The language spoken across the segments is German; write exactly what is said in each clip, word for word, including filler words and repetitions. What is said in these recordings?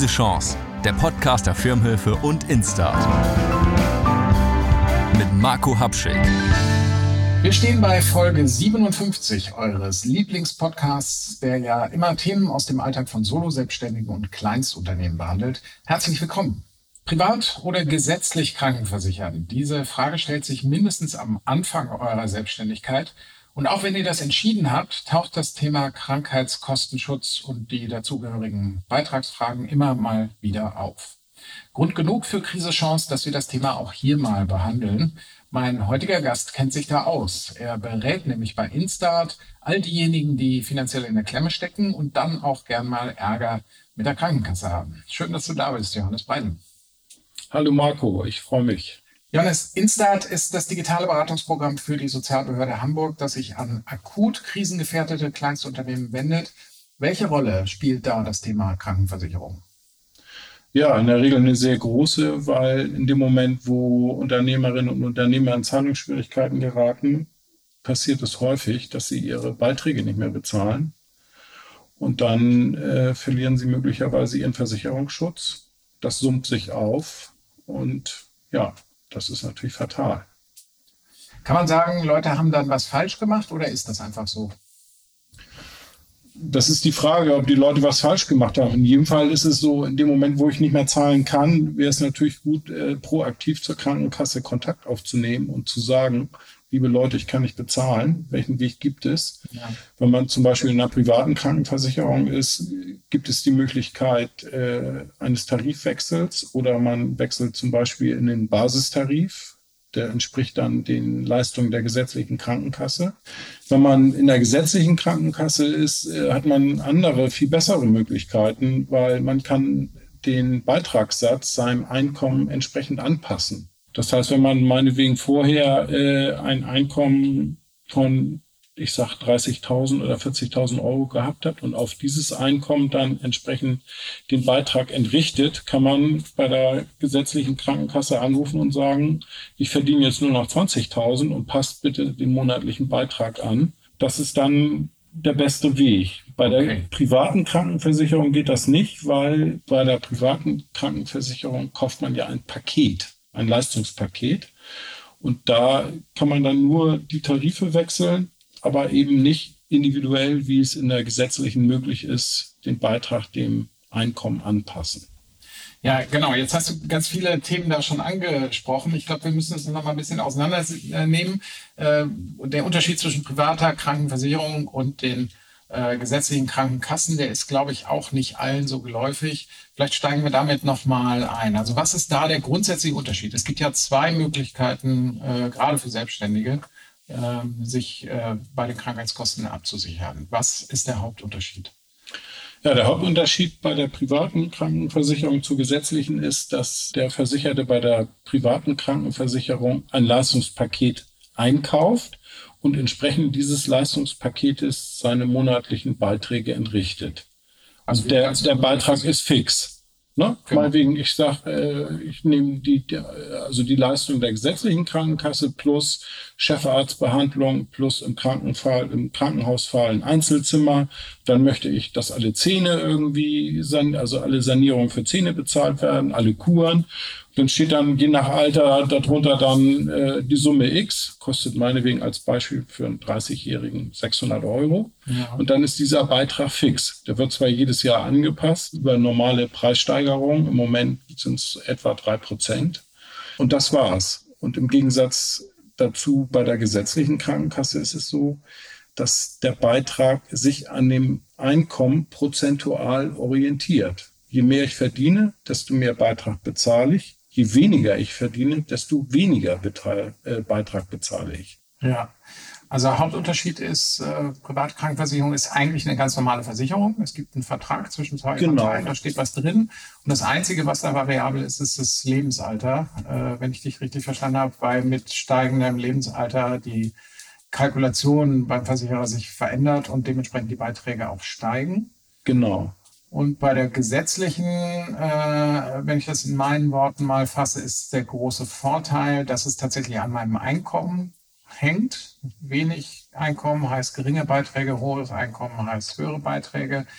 Krise Chance, der Podcast der Firmenhilfe und Instart. Mit Marco Habschick. Wir stehen bei Folge siebenundfünfzig eures Lieblingspodcasts, der ja immer Themen aus dem Alltag von Solo-Selbstständigen und Kleinstunternehmen behandelt. Herzlich willkommen. Privat oder gesetzlich krankenversichert? Diese Frage stellt sich mindestens am Anfang eurer Selbstständigkeit. Und auch wenn ihr das entschieden habt, taucht das Thema Krankheitskostenschutz und die dazugehörigen Beitragsfragen immer mal wieder auf. Grund genug für Krise Chance, dass wir das Thema auch hier mal behandeln. Mein heutiger Gast kennt sich da aus. Er berät nämlich bei Instart all diejenigen, die finanziell in der Klemme stecken und dann auch gern mal Ärger mit der Krankenkasse haben. Schön, dass du da bist, Johannes Breidel. Hallo Marco, ich freue mich. Johannes, Instart ist das digitale Beratungsprogramm für die Sozialbehörde Hamburg, das sich an akut krisengefährdete Kleinstunternehmen wendet. Welche Rolle spielt da das Thema Krankenversicherung? Ja, in der Regel eine sehr große, weil in dem Moment, wo Unternehmerinnen und Unternehmer in Zahlungsschwierigkeiten geraten, passiert es häufig, dass sie ihre Beiträge nicht mehr bezahlen. Und dann äh, verlieren sie möglicherweise ihren Versicherungsschutz. Das summt sich auf und ja, das ist natürlich fatal. Kann man sagen, Leute haben dann was falsch gemacht oder ist das einfach so? Das ist die Frage, ob die Leute was falsch gemacht haben. In jedem Fall ist es so, in dem Moment, wo ich nicht mehr zahlen kann, wäre es natürlich gut, äh, proaktiv zur Krankenkasse Kontakt aufzunehmen und zu sagen, liebe Leute, ich kann nicht bezahlen. Welchen Weg gibt es? Ja. Wenn man zum Beispiel in einer privaten Krankenversicherung ist, gibt es die Möglichkeit äh, eines Tarifwechsels oder man wechselt zum Beispiel in den Basistarif. Der entspricht dann den Leistungen der gesetzlichen Krankenkasse. Wenn man in der gesetzlichen Krankenkasse ist, äh, hat man andere, viel bessere Möglichkeiten, weil man kann den Beitragssatz seinem Einkommen entsprechend anpassen. Das heißt, wenn man meinetwegen vorher äh, ein Einkommen von, ich sag dreißigtausend oder vierzigtausend Euro gehabt hat und auf dieses Einkommen dann entsprechend den Beitrag entrichtet, kann man bei der gesetzlichen Krankenkasse anrufen und sagen, ich verdiene jetzt nur noch zwanzigtausend und passt bitte den monatlichen Beitrag an. Das ist dann der beste Weg. Bei der okay. privaten Krankenversicherung geht das nicht, weil bei der privaten Krankenversicherung kauft man ja ein Paket. Ein Leistungspaket. Und da kann man dann nur die Tarife wechseln, aber eben nicht individuell, wie es in der gesetzlichen möglich ist, den Beitrag dem Einkommen anpassen. Ja, genau. Jetzt hast du ganz viele Themen da schon angesprochen. Ich glaube, wir müssen es noch mal ein bisschen auseinandernehmen. Äh, der Unterschied zwischen privater Krankenversicherung und den äh, gesetzlichen Krankenkassen, der ist, glaube ich, auch nicht allen so geläufig. Vielleicht steigen wir damit nochmal ein. Also was ist da der grundsätzliche Unterschied? Es gibt ja zwei Möglichkeiten, äh, gerade für Selbstständige, äh, sich äh, bei den Krankheitskosten abzusichern. Was ist der Hauptunterschied? Ja, der Hauptunterschied bei der privaten Krankenversicherung zur gesetzlichen ist, dass der Versicherte bei der privaten Krankenversicherung ein Leistungspaket einkauft und entsprechend dieses Leistungspaketes seine monatlichen Beiträge entrichtet. Also der, der Beitrag ist fix. Ne? Genau. Meinetwegen, ich sage, äh, ich nehme die, die, also die Leistung der gesetzlichen Krankenkasse plus Chefarztbehandlung plus im Krankenfall, im Krankenhausfall ein Einzelzimmer. Dann möchte ich, dass alle Zähne irgendwie, san, also alle Sanierungen für Zähne bezahlt werden, alle Kuren. Dann steht dann je nach Alter darunter dann äh, die Summe X, kostet meinetwegen als Beispiel für einen dreißigjährigen sechshundert Euro. Ja. Und dann ist dieser Beitrag fix. Der wird zwar jedes Jahr angepasst über normale Preissteigerungen. Im Moment sind es etwa drei Prozent. Und das war's. Und im Gegensatz dazu bei der gesetzlichen Krankenkasse ist es so, dass der Beitrag sich an dem Einkommen prozentual orientiert. Je mehr ich verdiene, desto mehr Beitrag bezahle ich. Je weniger ich verdiene, desto weniger Betrag, äh, Beitrag bezahle ich. Ja, also Hauptunterschied ist, äh, Privatkrankenversicherung ist eigentlich eine ganz normale Versicherung. Es gibt einen Vertrag zwischen zwei genau. Parteien, da steht was drin. Und das Einzige, was da variabel ist, ist das Lebensalter. Äh, wenn ich dich richtig verstanden habe, weil mit steigendem Lebensalter die Kalkulation beim Versicherer sich verändert und dementsprechend die Beiträge auch steigen. Genau. Und bei der gesetzlichen, äh, wenn ich das in meinen Worten mal fasse, ist der große Vorteil, dass es tatsächlich an meinem Einkommen hängt. Wenig Einkommen heißt geringe Beiträge, hohes Einkommen heißt höhere Beiträge.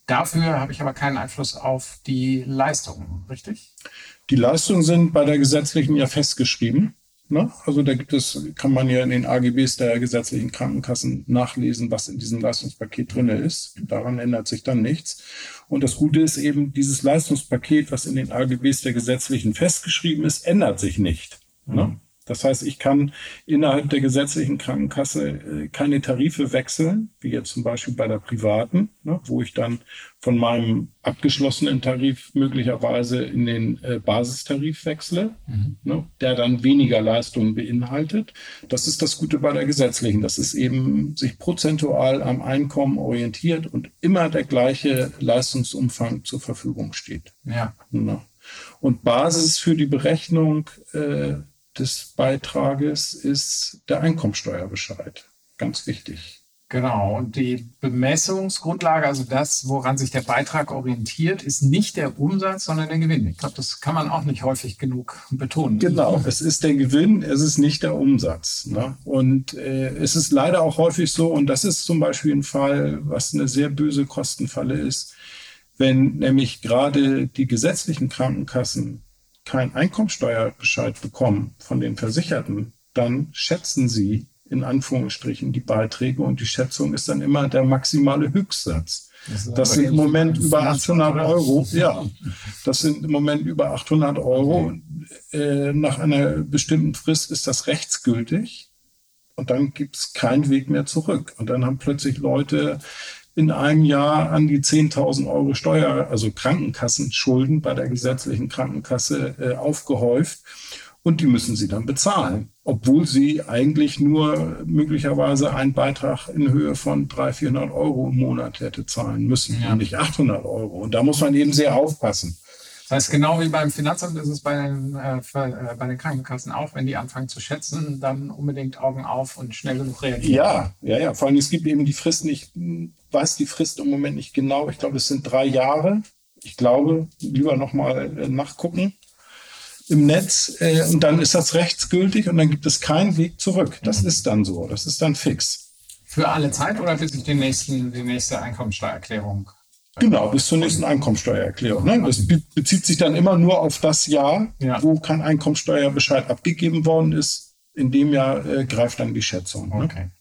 Dafür habe ich aber keinen Einfluss auf die Leistungen, richtig? Die Leistungen sind bei der gesetzlichen ja festgeschrieben. Ne? Also da gibt es, kann man ja in den A G Bs der gesetzlichen Krankenkassen nachlesen, was in diesem Leistungspaket drin ist. Daran ändert sich dann nichts. Und das Gute ist eben, dieses Leistungspaket, was in den A G Bs der gesetzlichen festgeschrieben ist, ändert sich nicht. Mhm. Ne? Das heißt, ich kann innerhalb der gesetzlichen Krankenkasse äh, keine Tarife wechseln, wie jetzt zum Beispiel bei der privaten, ne, wo ich dann von meinem abgeschlossenen Tarif möglicherweise in den äh, Basistarif wechsle, mhm. ne, der dann weniger Leistungen beinhaltet. Das ist das Gute bei der gesetzlichen, dass es eben sich prozentual am Einkommen orientiert und immer der gleiche Leistungsumfang zur Verfügung steht. Ja. Ne. Und Basis für die Berechnung äh, des Beitrages ist der Einkommensteuerbescheid. Ganz wichtig. Genau. Und die Bemessungsgrundlage, also das, woran sich der Beitrag orientiert, ist nicht der Umsatz, sondern der Gewinn. Ich glaube, das kann man auch nicht häufig genug betonen. Genau, es ist der Gewinn, es ist nicht der Umsatz. Ne? Und äh, es ist leider auch häufig so, und das ist zum Beispiel ein Fall, was eine sehr böse Kostenfalle ist, wenn nämlich gerade die gesetzlichen Krankenkassen keinen Einkommensteuerbescheid bekommen von den Versicherten, dann schätzen sie in Anführungsstrichen die Beiträge und die Schätzung ist dann immer der maximale Höchstsatz. Das, das sind im Moment über achthundert Euro. Ja, das sind im Moment über achthundert Euro. Okay. Äh, nach einer bestimmten Frist ist das rechtsgültig und dann gibt es keinen Weg mehr zurück. Und dann haben plötzlich Leute in einem Jahr an die zehntausend Euro Steuer, also Krankenkassenschulden bei der gesetzlichen Krankenkasse äh, aufgehäuft und die müssen sie dann bezahlen, obwohl sie eigentlich nur möglicherweise einen Beitrag in Höhe von dreihundert, vierhundert Euro im Monat hätte zahlen müssen, ja. Und nicht achthundert Euro. Und da muss man eben sehr aufpassen. Das heißt, genau wie beim Finanzamt ist es bei den, äh, für, äh, bei den Krankenkassen auch, wenn die anfangen zu schätzen, dann unbedingt Augen auf und schnell genug reagieren. Ja, ja, ja. Vor allem, es gibt eben die Fristen, ich weiß die Frist im Moment nicht genau, ich glaube, es sind drei Jahre. Ich glaube, lieber nochmal äh, nachgucken im Netz äh, und dann ist das rechtsgültig und dann gibt es keinen Weg zurück. Das mhm. ist dann so, das ist dann fix. Für alle Zeit oder bis ich den nächsten, die nächste Einkommensteuererklärung? Genau, bis zur nächsten Einkommensteuererklärung. Ne? Das bezieht sich dann immer nur auf das Jahr, ja. wo kein Einkommensteuerbescheid abgegeben worden ist. In dem Jahr äh, greift dann die Schätzung. Ne? Okay.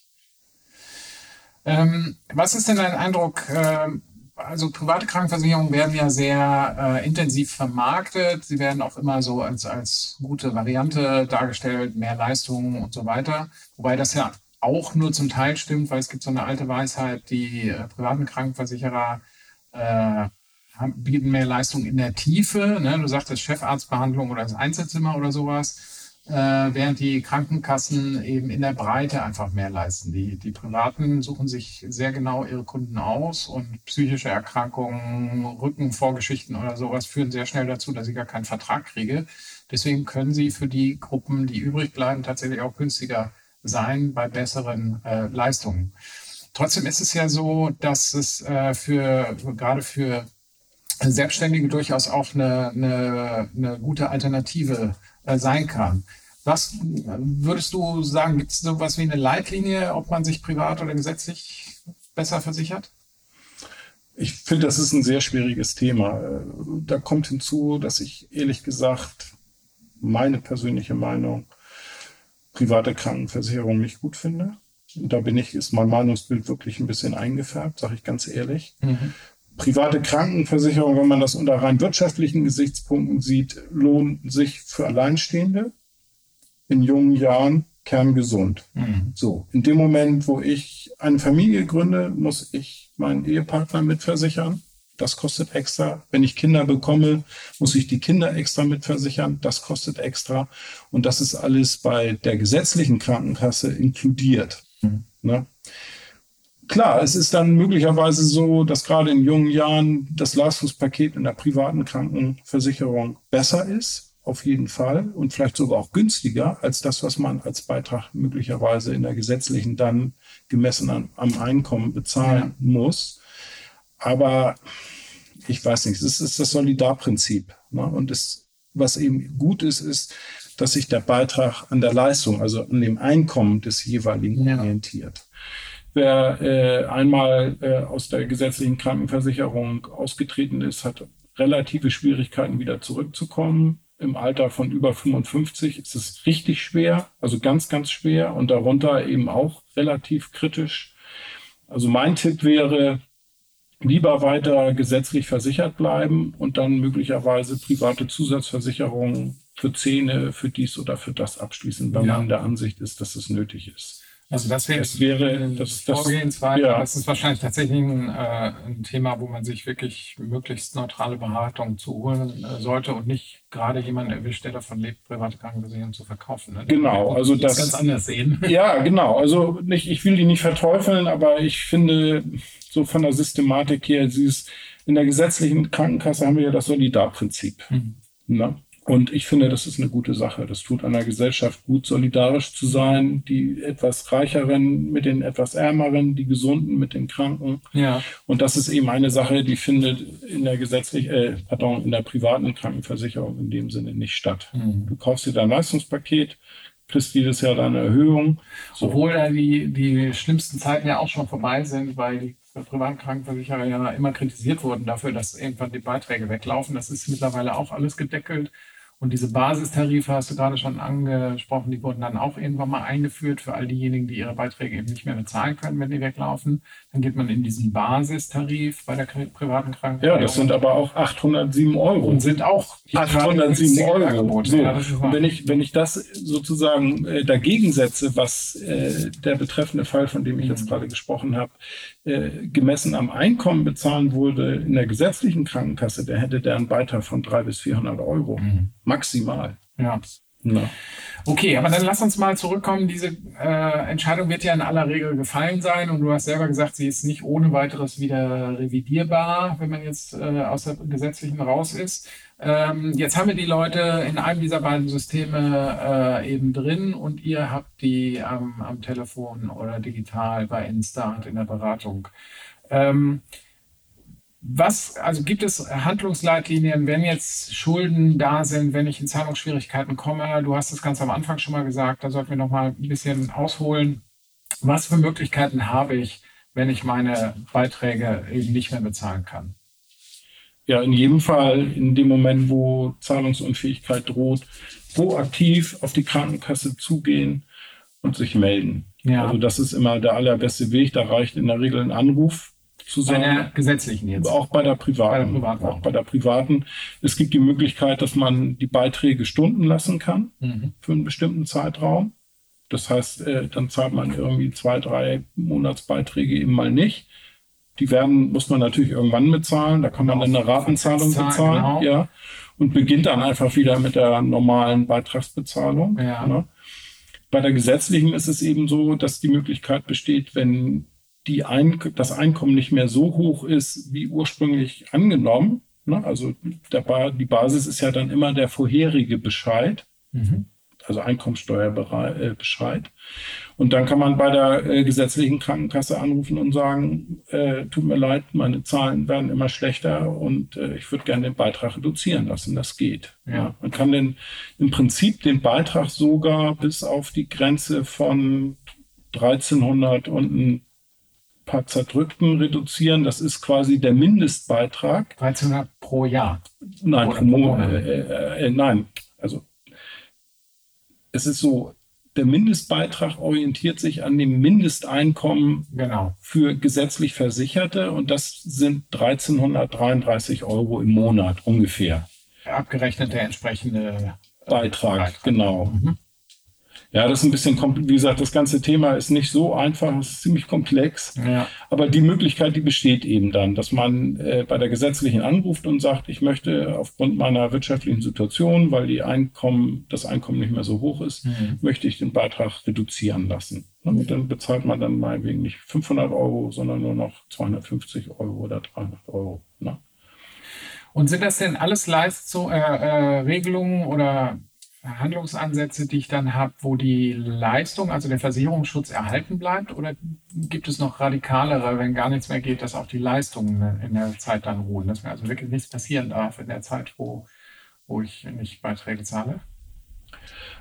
Ähm, was ist denn dein Eindruck? Äh, also private Krankenversicherungen werden ja sehr äh, intensiv vermarktet. Sie werden auch immer so als, als gute Variante dargestellt, mehr Leistungen und so weiter. Wobei das ja auch nur zum Teil stimmt, weil es gibt so eine alte Weisheit, die äh, privaten Krankenversicherer äh, haben, bieten mehr Leistung in der Tiefe. Ne? Du sagtest Chefarztbehandlung oder das Einzelzimmer oder sowas, äh, während die Krankenkassen eben in der Breite einfach mehr leisten. Die, die Privaten suchen sich sehr genau ihre Kunden aus und psychische Erkrankungen, Rückenvorgeschichten oder sowas führen sehr schnell dazu, dass ich gar keinen Vertrag kriege. Deswegen können sie für die Gruppen, die übrig bleiben, tatsächlich auch günstiger sein bei besseren äh, Leistungen. Trotzdem ist es ja so, dass es äh, für gerade für Selbstständige durchaus auch eine, eine, eine gute Alternative äh, sein kann. Was würdest du sagen, gibt es sowas wie eine Leitlinie, ob man sich privat oder gesetzlich besser versichert? Ich finde, das ist ein sehr schwieriges Thema. Da kommt hinzu, dass ich ehrlich gesagt meine persönliche Meinung private Krankenversicherung nicht gut finde. Und da bin ich, ist mein Meinungsbild wirklich ein bisschen eingefärbt, sage ich ganz ehrlich. Mhm. Private Krankenversicherung, wenn man das unter rein wirtschaftlichen Gesichtspunkten sieht, lohnt sich für Alleinstehende in jungen Jahren kerngesund. Mhm. So, in dem Moment, wo ich eine Familie gründe, muss ich meinen Ehepartner mitversichern. Das kostet extra. Wenn ich Kinder bekomme, muss ich die Kinder extra mitversichern. Das kostet extra. Und das ist alles bei der gesetzlichen Krankenkasse inkludiert. Mhm. Ne? Klar, es ist dann möglicherweise so, dass gerade in jungen Jahren das Leistungspaket in der privaten Krankenversicherung besser ist. Auf jeden Fall. Und vielleicht sogar auch günstiger als das, was man als Beitrag möglicherweise in der gesetzlichen dann gemessen an, am Einkommen bezahlen ja. muss. Aber ich weiß nicht, es ist das Solidarprinzip. Ne? Und das, was eben gut ist, ist, dass sich der Beitrag an der Leistung, also an dem Einkommen des jeweiligen ja. orientiert. Wer äh, einmal äh, aus der gesetzlichen Krankenversicherung ausgetreten ist, hat relative Schwierigkeiten, wieder zurückzukommen. Im Alter von über fünfundfünfzig ist es richtig schwer, also ganz, ganz schwer und darunter eben auch relativ kritisch. Also mein Tipp wäre, lieber weiter gesetzlich versichert bleiben und dann möglicherweise private Zusatzversicherungen für Zähne, für dies oder für das abschließen, wenn ja. man der Ansicht ist, dass es nötig ist. Also das wäre, das wäre das, das, Vorgehensweise. Ja. Das ist wahrscheinlich tatsächlich ein, äh, ein Thema, wo man sich wirklich möglichst neutrale Beratung zu holen äh, sollte und nicht gerade jemanden erwischt, der davon lebt, private Krankenversicherung zu verkaufen. Ne? Genau, also das ganz anders sehen. Ja, genau. Also nicht, ich will die nicht verteufeln, aber ich finde so von der Systematik her, sie ist in der gesetzlichen Krankenkasse haben wir ja das Solidarprinzip. Mhm. Ne? Und ich finde, das ist eine gute Sache. Das tut einer Gesellschaft gut, solidarisch zu sein. Die etwas Reicheren mit den etwas Ärmeren, die Gesunden mit den Kranken. Ja. Und das ist eben eine Sache, die findet in der gesetzlich, äh, pardon, in der privaten Krankenversicherung in dem Sinne nicht statt. Mhm. Du kaufst dir dein Leistungspaket, kriegst jedes Jahr deine Erhöhung. So. Obwohl da die, die schlimmsten Zeiten ja auch schon vorbei sind, weil die privaten Krankenversicherer ja immer kritisiert wurden dafür, dass irgendwann die Beiträge weglaufen. Das ist mittlerweile auch alles gedeckelt. Und diese Basistarife hast du gerade schon angesprochen, die wurden dann auch irgendwann mal eingeführt für all diejenigen, die ihre Beiträge eben nicht mehr bezahlen können, wenn die weglaufen. Dann geht man in diesen Basistarif bei der privaten Krankenversicherung. Ja, das sind aber auch achthundertsieben Euro. Und sind auch achthundertsieben Euro. So. Ja, und wenn ich, wenn ich das sozusagen äh, dagegen setze, was äh, der betreffende Fall, von dem ich mhm. jetzt gerade gesprochen habe, äh, gemessen am Einkommen bezahlen wurde in der gesetzlichen Krankenkasse, der hätte der einen Beitrag von dreihundert bis vierhundert Euro. Mhm. Maximal. Ja. ja. Okay, aber dann lass uns mal zurückkommen. Diese äh, Entscheidung wird ja in aller Regel gefallen sein und du hast selber gesagt, sie ist nicht ohne weiteres wieder revidierbar, wenn man jetzt äh, aus der gesetzlichen raus ist. Ähm, jetzt haben wir die Leute in einem dieser beiden Systeme äh, eben drin und ihr habt die am, am Telefon oder digital bei Instart in der Beratung. Ähm, Was, also gibt es Handlungsleitlinien, wenn jetzt Schulden da sind, wenn ich in Zahlungsschwierigkeiten komme? Du hast das ganz am Anfang schon mal gesagt, da sollten wir noch mal ein bisschen ausholen. Was für Möglichkeiten habe ich, wenn ich meine Beiträge eben nicht mehr bezahlen kann? Ja, in jedem Fall, in dem Moment, wo Zahlungsunfähigkeit droht, proaktiv auf die Krankenkasse zugehen und sich melden. Ja. Also das ist immer der allerbeste Weg. Da reicht in der Regel ein Anruf. Zusammen. Bei der gesetzlichen jetzt? Auch bei der privaten. Bei der privaten. Auch bei der privaten. Es gibt die Möglichkeit, dass man die Beiträge stunden lassen kann mhm. für einen bestimmten Zeitraum. Das heißt, äh, dann zahlt man irgendwie zwei, drei Monatsbeiträge eben mal nicht. Die werden, muss man natürlich irgendwann bezahlen. Da kann man dann eine Ratenzahlung bezahlen. Genau. Ja, und beginnt dann einfach wieder mit der normalen Beitragsbezahlung. Ja. Ne? Bei der gesetzlichen ist es eben so, dass die Möglichkeit besteht, wenn die Ein- das Einkommen nicht mehr so hoch ist, wie ursprünglich angenommen. Ne? Also der ba- die Basis ist ja dann immer der vorherige Bescheid, mhm. also Einkommensteuerbescheid. Und dann kann man bei der äh, gesetzlichen Krankenkasse anrufen und sagen, äh, tut mir leid, meine Zahlen werden immer schlechter und äh, ich würde gerne den Beitrag reduzieren lassen. Das geht. Ja. Ja. Man kann den, im Prinzip den Beitrag sogar bis auf die Grenze von dreizehnhundert und ein paar Zerdrückten reduzieren. Das ist quasi der Mindestbeitrag. dreizehnhundert pro Jahr? Nein, pro Monat. Äh, äh, nein, also es ist so, der Mindestbeitrag orientiert sich an dem Mindesteinkommen genau. für gesetzlich Versicherte und das sind dreizehnhundertdreiunddreißig Euro im Monat ungefähr. Abgerechnet der entsprechende Beitrag, Beitrag. Genau. Mhm. Ja, das ist ein bisschen, wie gesagt, das ganze Thema ist nicht so einfach, es ist ziemlich komplex. Ja. Aber die Möglichkeit, die besteht eben dann, dass man äh, bei der gesetzlichen anruft und sagt, ich möchte aufgrund meiner wirtschaftlichen Situation, weil die Einkommen, das Einkommen nicht mehr so hoch ist, mhm. möchte ich den Beitrag reduzieren lassen. Und dann bezahlt man dann meinetwegen nicht fünfhundert Euro, sondern nur noch zweihundertfünfzig Euro oder dreihundert Euro. Ne? Und sind das denn alles Leistung, äh, äh, Regelungen oder Handlungsansätze, die ich dann habe, wo die Leistung, also der Versicherungsschutz erhalten bleibt? Oder gibt es noch radikalere, wenn gar nichts mehr geht, dass auch die Leistungen in der Zeit dann ruhen? Dass mir also wirklich nichts passieren darf in der Zeit, wo, wo ich nicht Beiträge zahle?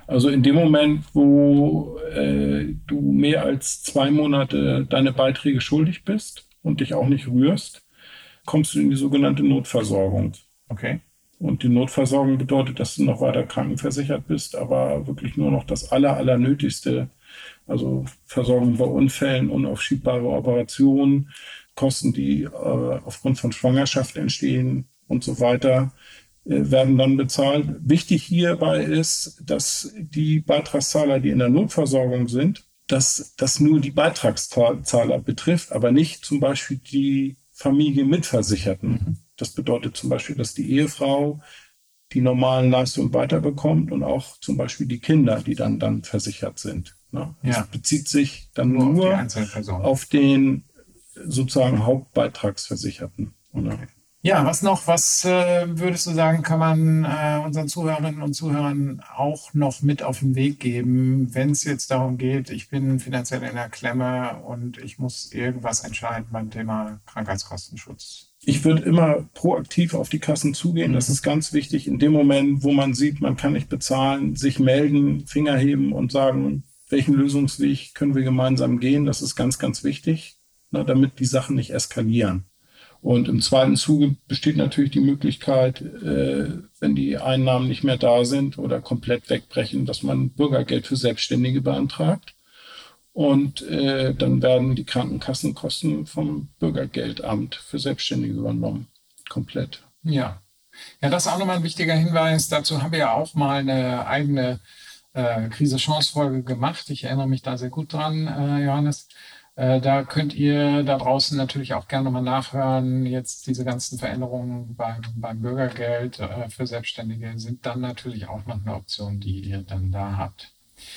Also in dem Moment, wo äh, du mehr als zwei Monate deine Beiträge schuldig bist und dich auch nicht rührst, kommst du in die sogenannte Notversorgung. Okay. Und die Notversorgung bedeutet, dass du noch weiter krankenversichert bist, aber wirklich nur noch das aller, allernötigste, also Versorgung bei Unfällen, unaufschiebbare Operationen, Kosten, die äh, aufgrund von Schwangerschaft entstehen und so weiter, äh, werden dann bezahlt. Wichtig hierbei ist, dass die Beitragszahler, die in der Notversorgung sind, dass das nur die Beitragszahler betrifft, aber nicht zum Beispiel die Familienmitversicherten. Mhm. Das bedeutet zum Beispiel, dass die Ehefrau die normalen Leistungen weiterbekommt und auch zum Beispiel die Kinder, die dann, dann versichert sind. Ne? Ja. Das bezieht sich dann nur, nur auf, auf den sozusagen Hauptbeitragsversicherten. Oder? Okay. Ja, was noch, was äh, würdest du sagen, kann man äh, unseren Zuhörerinnen und Zuhörern auch noch mit auf den Weg geben, wenn es jetzt darum geht, ich bin finanziell in der Klemme und ich muss irgendwas entscheiden beim Thema Krankheitskostenschutz? Ich würde immer proaktiv auf die Kassen zugehen. Das ist ganz wichtig. In dem Moment, wo man sieht, man kann nicht bezahlen, sich melden, Finger heben und sagen, welchen Lösungsweg können wir gemeinsam gehen. Das ist ganz, ganz wichtig, na, damit die Sachen nicht eskalieren. Und im zweiten Zuge besteht natürlich die Möglichkeit, äh, wenn die Einnahmen nicht mehr da sind oder komplett wegbrechen, dass man Bürgergeld für Selbstständige beantragt. Und äh, dann werden die Krankenkassenkosten vom Bürgergeldamt für Selbstständige übernommen. Komplett. Ja. Ja, das ist auch nochmal ein wichtiger Hinweis. Dazu haben wir ja auch mal eine eigene äh, Krise-Chance-Folge gemacht. Ich erinnere mich da sehr gut dran, äh, Johannes. Äh, da könnt ihr da draußen natürlich auch gerne mal nachhören. Jetzt diese ganzen Veränderungen beim, beim Bürgergeld äh, für Selbstständige sind dann natürlich auch noch eine Option, die ihr dann da habt.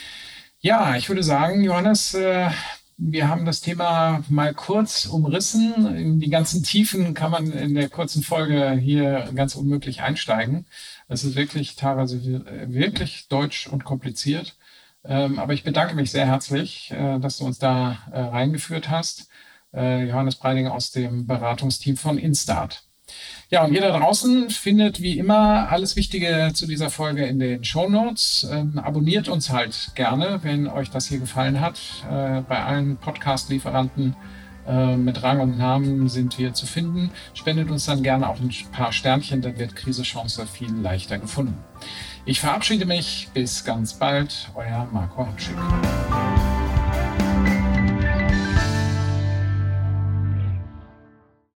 Ja, ich würde sagen, Johannes, äh, wir haben das Thema mal kurz umrissen. In die ganzen Tiefen kann man in der kurzen Folge hier ganz unmöglich einsteigen. Es ist wirklich teilweise wirklich deutsch und kompliziert. Ähm, aber ich bedanke mich sehr herzlich, äh, dass du uns da äh, reingeführt hast. Äh, Johannes Breidinger aus dem Beratungsteam von Instart. Ja, und ihr da draußen findet wie immer alles Wichtige zu dieser Folge in den Shownotes. Ähm, abonniert uns halt gerne, wenn euch das hier gefallen hat. Äh, bei allen Podcast-Lieferanten äh, mit Rang und Namen sind wir zu finden. Spendet uns dann gerne auch ein paar Sternchen, dann wird Krise-Chance viel leichter gefunden. Ich verabschiede mich. Bis ganz bald. Euer Marco Hamschick.